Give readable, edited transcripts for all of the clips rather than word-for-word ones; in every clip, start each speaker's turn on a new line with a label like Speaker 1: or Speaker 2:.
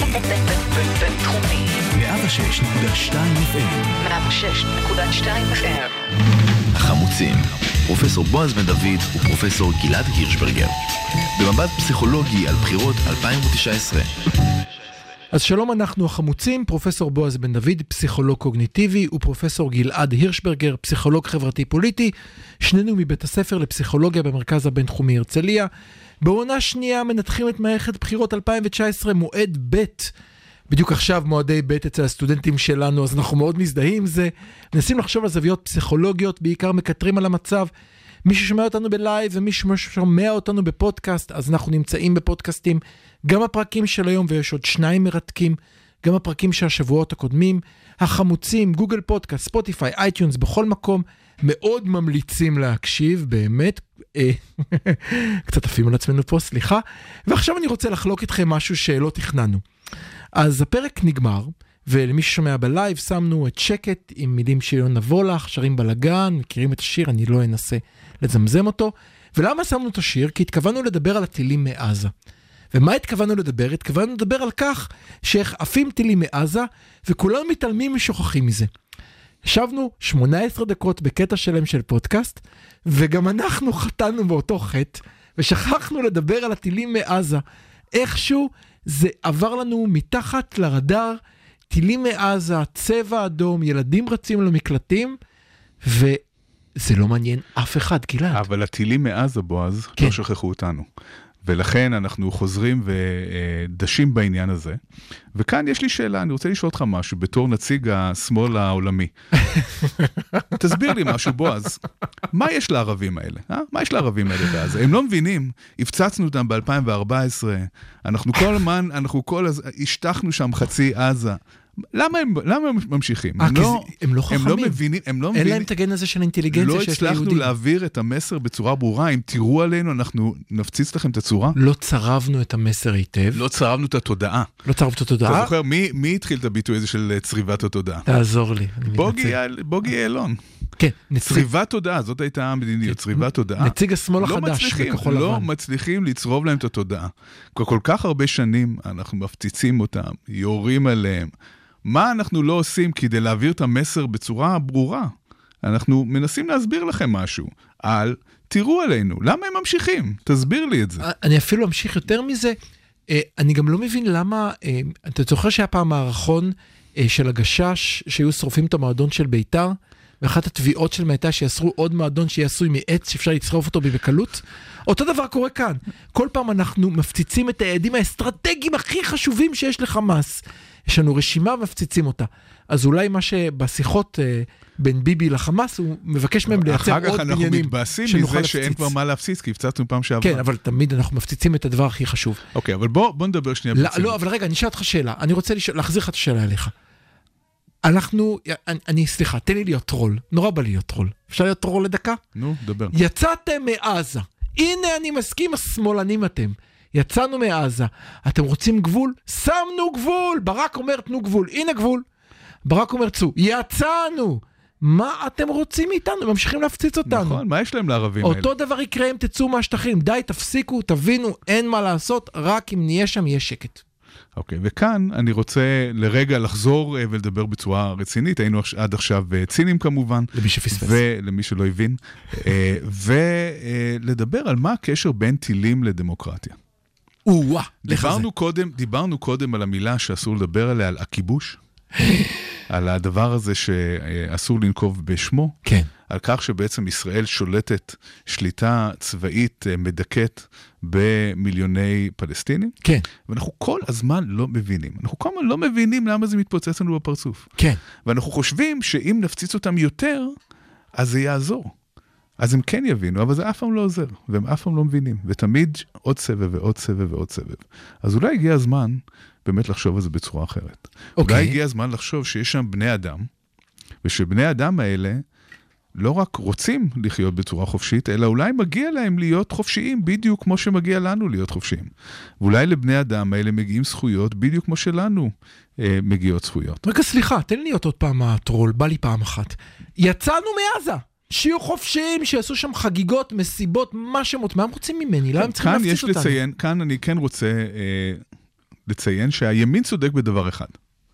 Speaker 1: בינתחומי
Speaker 2: 106.2 FM
Speaker 1: 106.2 FM.
Speaker 2: החמוצים, פרופסור בועז בן דוד ופרופסור גלעד הירשברגר, במבט פסיכולוגי על בחירות 2019.
Speaker 3: אז שלום, אנחנו החמוצים, פרופסור בועז בן דוד, פסיכולוג קוגניטיבי, ופרופסור גלעד הירשברגר, פסיכולוג חברתי פוליטי, שנינו מבית הספר לפסיכולוגיה במרכז הבינתחומי הרצליה. בעונה שנייה מנתחים את מערכת בחירות 2019, מועד ב'. בדיוק עכשיו מועדי ב' אצל הסטודנטים שלנו, אז אנחנו מאוד מזדהים עם זה. מנסים לחשוב על זוויות פסיכולוגיות, בעיקר מקטרים על המצב. מי ששומע אותנו בלייב ומי ששומע אותנו בפודקאסט, אז אנחנו נמצאים בפודקאסטים, גם הפרקים של היום, ויש עוד 2 מרתקים, גם הפרקים של השבועות הקודמים, החמוצים, גוגל פודקאסט, ספוטיפיי, אייטיונס, בכל מקום, מאוד ממליצים להקשיב, באמת, קצת עפים על עצמנו פה, סליחה, ועכשיו אני רוצה לחלוק איתכם משהו שלא תכננו. אז הפרק נגמר, ולמי ששומע בלייב שמנו את שקט עם מילים שלא נבוא לך, שרים בלגן, מכירים את השיר, אני לא אנסה לזמזם אותו. ולמה שמנו את השיר? כי התכוונו לדבר על הטילים מעזה. ומה התכוונו לדבר? התכוונו לדבר על כך שעפים טילים מעזה, וכולם מתעלמים ושוכחים מזה. ישבנו 18 דקות בקטע שלם של פודקאסט, וגם אנחנו חטאנו באותו חטא, ושכחנו לדבר על הטילים מעזה. איכשהו זה עבר לנו מתחת לרדאר, טילים מעזה, צבע אדום, ילדים רצים למקלטים, וזה לא מעניין אף אחד, גלעד.
Speaker 4: אבל הטילים מעזה, בועז, כן. לא שכחו אותנו. ולכן אנחנו חוזרים ודשים בעניין הזה. וכאן יש לי שאלה, אני רוצה לשאול אותך משהו, בתור נציג השמאל העולמי. תסביר לי משהו, בועז. מה יש לערבים האלה? מה יש לערבים האלה בעזה? הם לא מבינים, הפצצנו אותם ב-2014, אנחנו השתחנו שם חצי עזה. למה הם ממשיכים?
Speaker 3: הם לא חכמים.
Speaker 4: הם לא מבינים.
Speaker 3: אין להם את הגן הזה של האינטליגנציה שיש ליהודים.
Speaker 4: לא הצלחנו להעביר את המסר בצורה ברורה. אם תראו עלינו, אנחנו נפציץ לכם את הצורה.
Speaker 3: לא צרבנו את המסר היטב.
Speaker 4: לא צרבנו את התודעה.
Speaker 3: לא צרבנו את התודעה.
Speaker 4: אתה זוכר, מי התחיל את הביטוי הזה של צריבת התודעה?
Speaker 3: תעזור לי.
Speaker 4: בוגי אלון.
Speaker 3: כן.
Speaker 4: צריבת תודעה, זאת הייתה המדיניות, צריבת תודעה.
Speaker 3: נציג השמאל החדש בכחול לבן.
Speaker 4: לא מצליחים לצרוב להם את התודעה. כל כך הרבה שנים אנחנו מפציצים אותם, יורים עליהם. מה אנחנו לא עושים כדי להעביר את המסר בצורה ברורה? אנחנו מנסים להסביר לכם משהו תראו עלינו. למה הם ממשיכים? תסביר לי את זה.
Speaker 3: אני אפילו אמשיך יותר מזה. אני גם לא מבין למה, אתה זוכר שהיה פעם מערכון של הגשש, שהיו שורפים את המועדון של ביתר, ואחת התביעות של הייתה שיסרו עוד מועדון שיעשוי מעץ, שאפשר לצרוף אותו בקלות. אותו דבר קורה כאן. כל פעם אנחנו מפציצים את היעדים האסטרטגיים הכי חשובים שיש לחמאס. יש לנו רשימה ומפציצים אותה. אז אולי מה שבשיחות בין ביבי לחמאס, הוא מבקש מהם לייצר עוד בניינים.
Speaker 4: אחר כך אנחנו מתבאסים מזה שאין כבר מה להפציץ, כי הפצצנו פעם שעברה.
Speaker 3: כן, אבל תמיד אנחנו מפציצים את הדבר הכי חשוב.
Speaker 4: אוקיי, אבל בוא נדבר שנייה.
Speaker 3: לא, אבל רגע, אני אשאל אותך שאלה. אני רוצה להחזיר לך את השאלה אליך. סליחה, תן לי להיות טרול. נורא בא לי להיות טרול. אפשר להיות טרול לדקה?
Speaker 4: נו, דבר.
Speaker 3: יצאתם מעזה. הנה אני מסכים, השמאלנים אתם. יצאנו מעזה. אתם רוצים גבול? שמנו גבול. ברק אומר, תנו גבול. הנה גבול. ברק אומר, צאו. יצאנו. מה אתם רוצים מאיתנו? ממשיכים להפציץ אותנו.
Speaker 4: נכון, מה יש להם לערבים האלה?
Speaker 3: אותו דבר יקרה אם תצאו מהשטחים. די, תפסיקו, תבינו, אין מה לעשות, רק אם נהיה שם, יהיה שקט.
Speaker 4: אוקיי, וכאן אני רוצה לרגע לחזור ולדבר בצורה רצינית. היינו עד עכשיו צינים כמובן.
Speaker 3: למי שפספס.
Speaker 4: ולמי שלא הבין. ולדבר על מה הקשר בין טילים לדמוקרטיה. דיברנו קודם על המילה שאסור לדבר עליה, על הכיבוש. על הדבר הזה שאסור לנקוב בשמו.
Speaker 3: כן.
Speaker 4: על כך שבעצם ישראל שולטת שליטה צבאית מדכאת במיליוני פלסטינים.
Speaker 3: כן.
Speaker 4: ואנחנו כל הזמן לא מבינים. אנחנו כל הזמן לא מבינים למה זה מתפוצץ לנו בפרצוף.
Speaker 3: כן.
Speaker 4: ואנחנו חושבים שאם נפציץ אותם יותר, אז זה יעזור. אז הם כן יבינו, אבל זה אף פעם לא עוזר. והם אף פעם לא מבינים. ותמיד עוד סבב ועוד סבב ועוד סבב. אז אולי הגיע הזמן באמת לחשוב על זה בצורה אחרת.
Speaker 3: אוקיי.
Speaker 4: אולי הגיע הזמן לחשוב שיש שם בני אדם, ושבני האדם האלה לא רק רוצים לחיות בצורה חופשית, אלא אולי מגיע להם להיות חופשיים, בדיוק כמו שמגיע לנו להיות חופשיים. ואולי לבני אדם האלה מגיעים זכויות, בדיוק כמו שלנו מגיעות זכויות.
Speaker 3: רגע, סליחה, תן לי עוד פעם הטרול, בא לי פעם אחת. יצאנו מעזה. שיהיו חופשיים, שיעשו שם חגיגות, מסיבות, מה הם רוצים ממני? למה הם צריכים להפציץ אותנו?
Speaker 4: כאן אני כן רוצה לציין שהימין צודק בדבר אחד.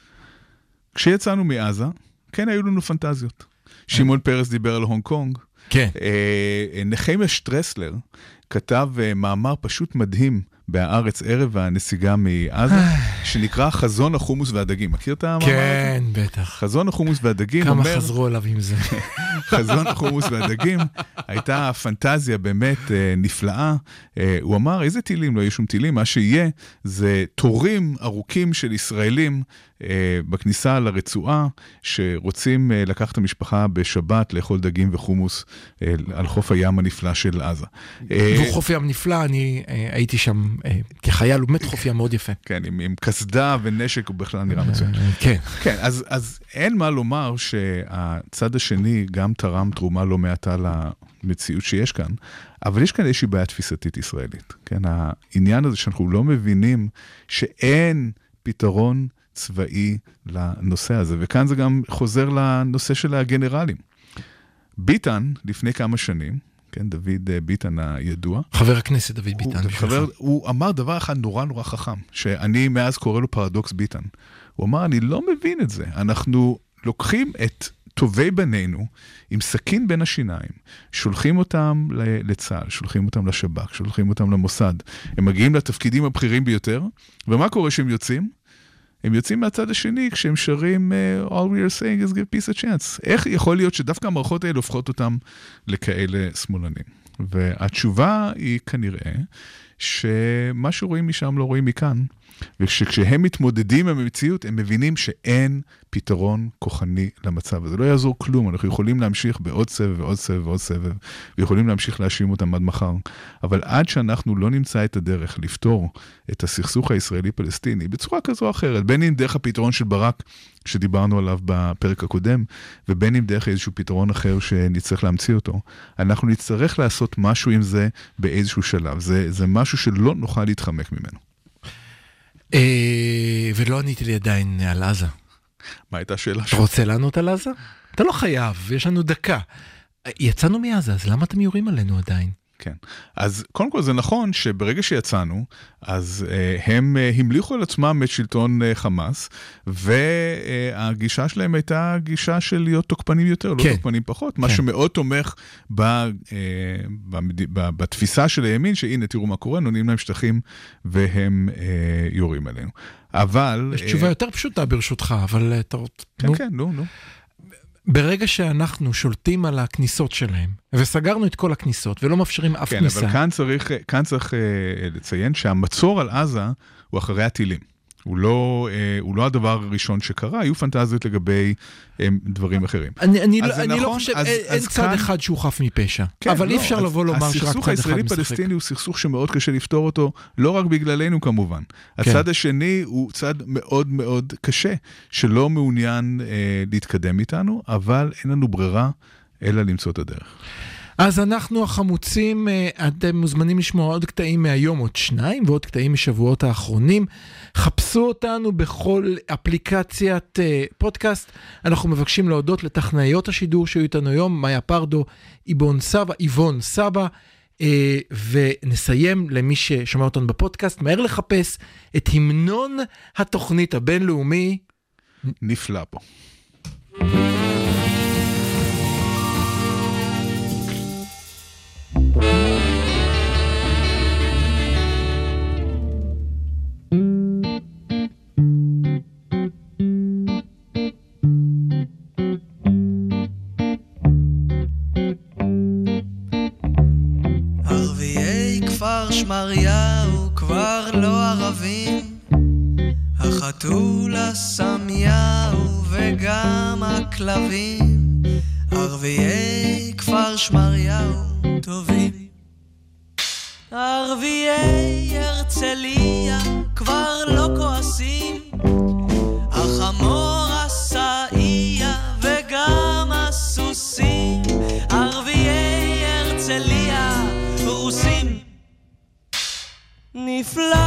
Speaker 4: כשיצאנו מעזה, כן היו לנו פנטזיות. שמעון פרס דיבר על הונג קונג.
Speaker 3: כן.
Speaker 4: נחמיה שטרסלר כתב מאמר פשוט מדהים בהארץ ערב הנסיגה מעזה, שנקרא חזון החומוס והדגים. מכיר את המאמר?
Speaker 3: כן, בטח.
Speaker 4: חזון החומוס והדגים
Speaker 3: כמה
Speaker 4: אומר...
Speaker 3: חזרו עליו עם זה.
Speaker 4: חזון החומוס והדגים, הייתה פנטזיה באמת נפלאה. הוא אמר, איזה טילים? לא יהיו שום טילים, מה שיהיה זה תורים ארוכים של ישראלים בכניסה לרצועה, שרוצים לקחת את המשפחה בשבת, לאכול דגים וחומוס על חוף הים הנפלא של עזה.
Speaker 3: והוא חוף ים נפלא, אני הייתי שם כחייל, הוא באמת חוף ים מאוד יפה.
Speaker 4: כן, עם כסדה ונשק, הוא בכלל נראה מצוין.
Speaker 3: כן.
Speaker 4: כן, אז אין מה לומר שהצד השני גם תרם תרומה לא מעטה למציאות שיש כאן, אבל יש כאן איזושהי בעיה תפיסתית ישראלית. כן, העניין הזה שאנחנו לא מבינים שאין פתרון צבאי לנושא הזה, וכאן זה גם חוזר לנושא של הגנרלים. ביטן, לפני כמה שנים, כן, דוד ביטן הידוע.
Speaker 3: חבר הכנסת דוד ביטן.
Speaker 4: הוא אמר דבר אחד נורא נורא חכם, שאני מאז קורא לו פרדוקס ביטן. הוא אמר, אני לא מבין את זה. אנחנו לוקחים את טובי בנינו עם סכין בין השיניים, שולחים אותם לצה"ל, שולחים אותם לשב"כ, שולחים אותם למוסד. הם מגיעים לתפקידים הבכירים ביותר, ומה קורה שהם יוצאים? הם יוצאים מהצד השני כשהם שרים All we are saying is give peace a chance. איך יכול להיות שדווקא המערכות האלה הופכות אותם לכאלה שמאלנים? והתשובה היא כנראה שמה שרואים משם לא רואים מכאן, וכשהם מתמודדים עם המציאות, הם מבינים שאין פתרון כוחני למצב הזה. לא יעזור כלום, אנחנו יכולים להמשיך בעוד סבב ועוד סבב ועוד סבב, ויכולים להמשיך להאשים אותם עד מחר. אבל עד שאנחנו לא נמצא את הדרך לפתור את הסכסוך הישראלי-פלסטיני, בצורה כזו או אחרת, בין אם דרך הפתרון של ברק, שדיברנו עליו בפרק הקודם, ובין אם דרך איזשהו פתרון אחר שנצטרך להמציא אותו, אנחנו נצטרך לעשות משהו עם זה באיזשהו שלב. זה משהו שלא נוכל להתחמק ממנו.
Speaker 3: ולא עניתי לי עדיין על עזה.
Speaker 4: מה הייתה השאלה?
Speaker 3: אתה רוצה לענות על עזה? אתה לא חייב, יש לנו דקה. יצאנו מעזה, אז למה אתם יורים עלינו עדיין?
Speaker 4: כן. אז קודם כל זה נכון שברגע שיצאנו, אז הם המליכו על עצמם את שלטון חמאס, והגישה שלהם הייתה גישה של להיות תוקפנים יותר, לא תוקפנים פחות, מה שמאוד תומך בתפיסה של הימין, שהנה תראו מה קורה, נותנים להם שטחים והם יורים עלינו. אבל...
Speaker 3: יש תשובה יותר פשוטה ברשותך, אבל אתה...
Speaker 4: כן, כן, נו.
Speaker 3: ברגע שאנחנו שולטים על הכניסות שלהם, וסגרנו את כל הכניסות, ולא מאפשרים אף כניסה.
Speaker 4: כן, אבל כאן צריך לציין שהמצור על עזה הוא אחרי הטילים. הוא לא הדבר הראשון שקרה, היו פנטזיות לגבי דברים אחרים.
Speaker 3: אני לא חושב, אין צד אחד שהוא חף מפשע, אבל אי אפשר לבוא לומר שרק צד אחד משחק.
Speaker 4: הסכסוך הישראלי-פלסטיני הוא סכסוך שמאוד קשה לפתור אותו, לא רק בגללנו כמובן. הצד השני הוא צד מאוד מאוד קשה, שלא מעוניין להתקדם איתנו, אבל אין לנו ברירה אלא למצוא את הדרך.
Speaker 3: אז אנחנו החמוצים, אתם מוזמנים לשמוע עוד קטעים מהיום, עוד 2 ועוד קטעים משבועות האחרונים. חפשו אותנו בכל אפליקציית פודקאסט. אנחנו מבקשים להודות לטכנאיות השידור שהיו איתנו היום, מאיה פרדו, איבון סבא, ונסיים למי ששומע אותנו בפודקאסט, מהר לחפש את המנון התוכנית הבינלאומי.
Speaker 4: נפלא פה.
Speaker 5: ערביי כפר שמריהו כבר לא ערבים, החתול הסמיהו וגם הכלבים. ערביי כפר שמריהו טובים, ערביי הרצליה כבר לא כועסים, החמור הסעיה וגם הסוסים. ערביי הרצליה רוסים נפלא